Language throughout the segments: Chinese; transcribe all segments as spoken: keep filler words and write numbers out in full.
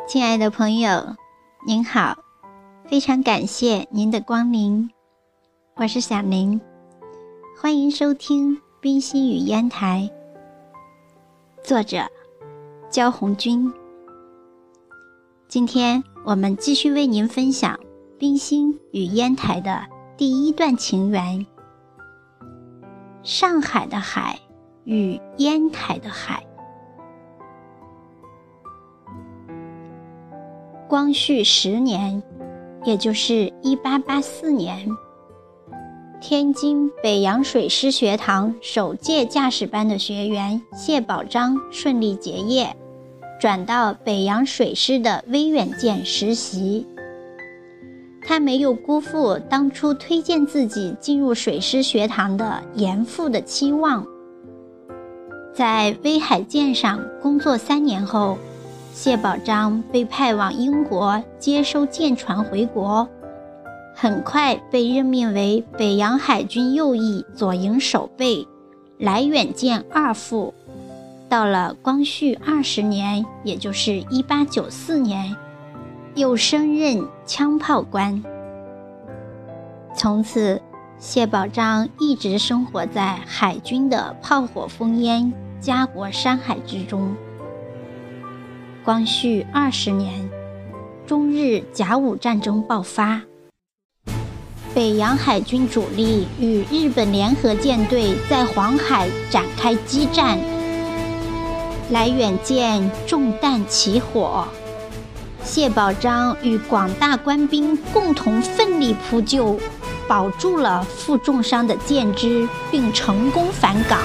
亲爱的朋友，您好，非常感谢您的光临，我是小林，欢迎收听冰心语烟台，作者焦红军。今天我们继续为您分享冰心与烟台的第一段情缘，上海的海与烟台的海。光绪十年，也就是一八八四年，天津北洋水师学堂首届驾驶班的学员谢宝章顺利结业，转到北洋水师的威远舰实习。他没有辜负当初推荐自己进入水师学堂的严父的期望。在威海舰上工作三年后，谢宝章被派往英国接收舰船回国，很快被任命为北洋海军右翼左营守备，来远舰二副。到了光绪二十年，也就是一八九四年，又升任枪炮官。从此，谢宝章一直生活在海军的炮火烽烟、家国山海之中。光绪二十年，中日甲午战争爆发，北洋海军主力与日本联合舰队在黄海展开激战，来远舰中弹起火，谢宝章与广大官兵共同奋力扑救，保住了负重伤的舰只，并成功返港。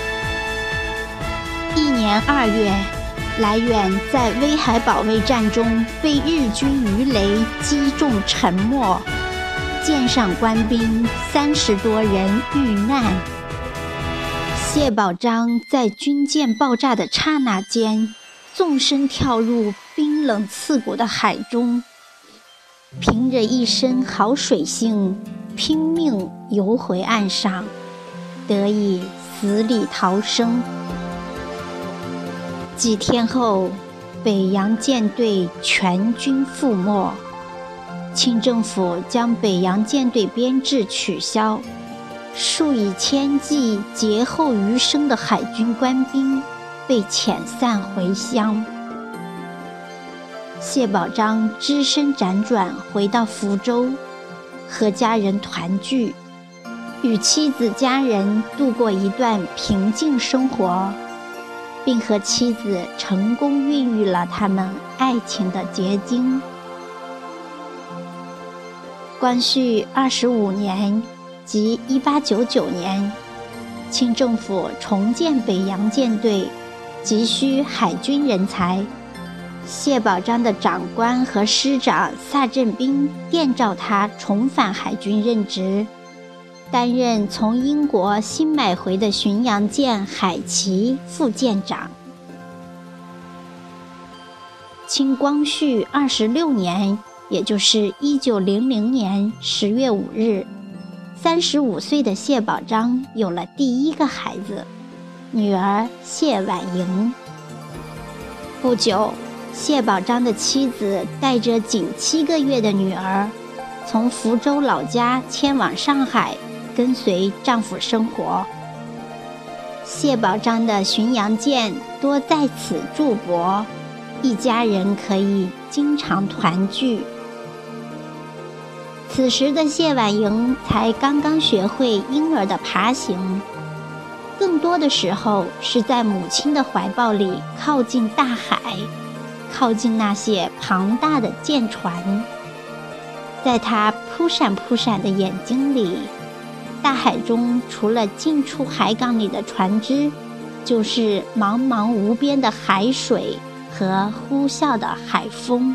一年二月，来远在威海保卫战中被日军鱼雷击中沉没，舰上官兵三十多人遇难。谢宝章在军舰爆炸的刹那间，纵身跳入冰冷刺骨的海中，凭着一身好水性，拼命游回岸上，得以死里逃生。几天后，北洋舰队全军覆没，清政府将北洋舰队编制取消，数以千计劫后余生的海军官兵被遣散回乡。谢宝章只身辗转回到福州，和家人团聚，与妻子家人度过一段平静生活，并和妻子成功孕育了他们爱情的结晶。光绪二十五年，即一八九九年，清政府重建北洋舰队，急需海军人才。谢宝章的长官和师长萨振兵电召他重返海军任职，担任从英国新买回的巡洋舰海旗副舰长。清光绪二十六年，也就是一九零零年十月五日，三十五岁的谢宝章有了第一个孩子，女儿谢婉莹。不久，谢宝章的妻子带着仅七个月的女儿，从福州老家迁往上海，跟随丈夫生活。谢宝章的巡洋舰多在此驻泊，一家人可以经常团聚。此时的谢婉莹才刚刚学会婴儿的爬行，更多的时候是在母亲的怀抱里靠近大海，靠近那些庞大的舰船。在她扑闪扑闪的眼睛里，大海中除了近处海港里的船只，就是茫茫无边的海水和呼啸的海风。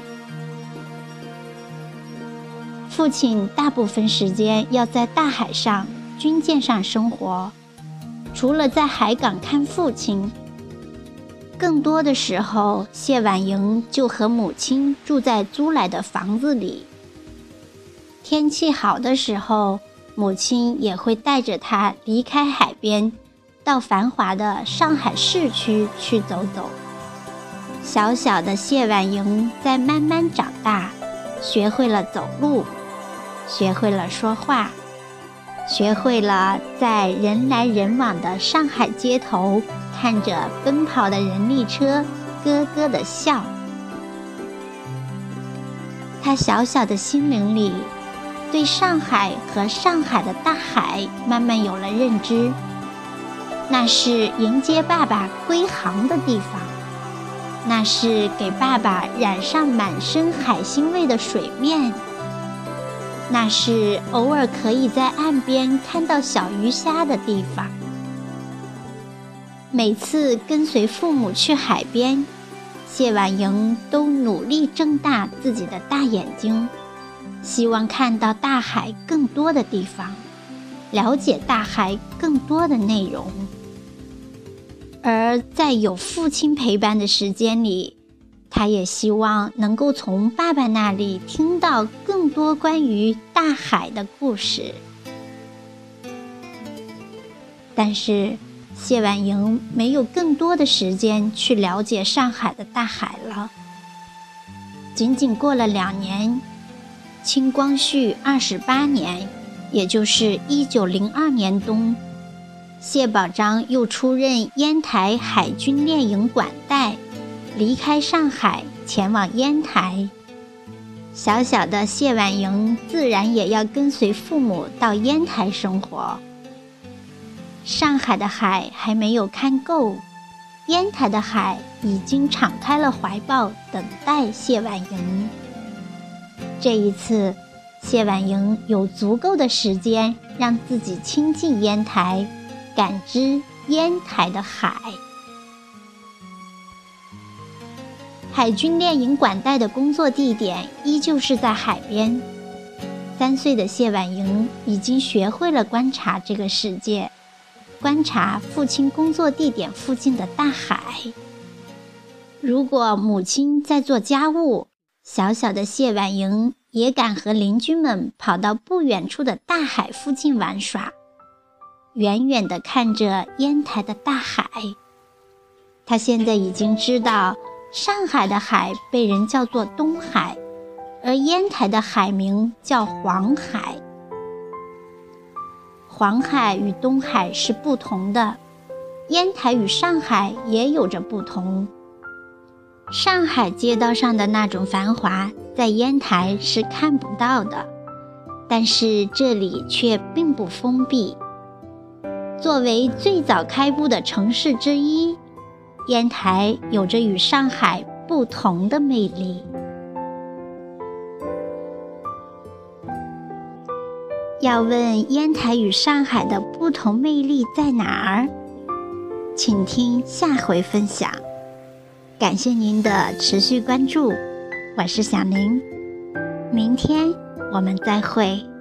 父亲大部分时间要在大海上军舰上生活，除了在海港看父亲，更多的时候谢婉莹就和母亲住在租来的房子里。天气好的时候，母亲也会带着她离开海边，到繁华的上海市区去走走。 小小的谢婉莹在慢慢长大，学会了走路，学会了说话，学会了在人来人往的上海街头，看着奔跑的人力车咯咯地笑。他小小的心灵里，对上海和上海的大海慢慢有了认知。那是迎接爸爸归航的地方，那是给爸爸染上满身海腥味的水面，那是偶尔可以在岸边看到小鱼虾的地方。每次跟随父母去海边，谢婉莹都努力睁大自己的大眼睛，希望看到大海更多的地方，了解大海更多的内容。而在有父亲陪伴的时间里，他也希望能够从爸爸那里听到更多关于大海的故事。但是谢婉莹没有更多的时间去了解上海的大海了。仅仅过了两年，清光绪二十八年，也就是一九零二年冬，谢宝章又出任烟台海军练营管带，离开上海前往烟台。小小的谢婉莹自然也要跟随父母到烟台生活。上海的海还没有看够，烟台的海已经敞开了怀抱，等待谢婉莹。这一次，谢婉莹有足够的时间让自己亲近烟台，感知烟台的海。海军练营管带的工作地点依旧是在海边。三岁的谢婉莹已经学会了观察这个世界，观察父亲工作地点附近的大海。如果母亲在做家务，小小的谢婉莹也敢和邻居们跑到不远处的大海附近玩耍，远远地看着烟台的大海。他现在已经知道，上海的海被人叫做东海，而烟台的海名叫黄海。黄海与东海是不同的，烟台与上海也有着不同。上海街道上的那种繁华，在烟台是看不到的，但是这里却并不封闭。作为最早开埠的城市之一，烟台有着与上海不同的魅力。要问烟台与上海的不同魅力在哪儿？请听下回分享。感谢您的持续关注，我是小宁，明天我们再会。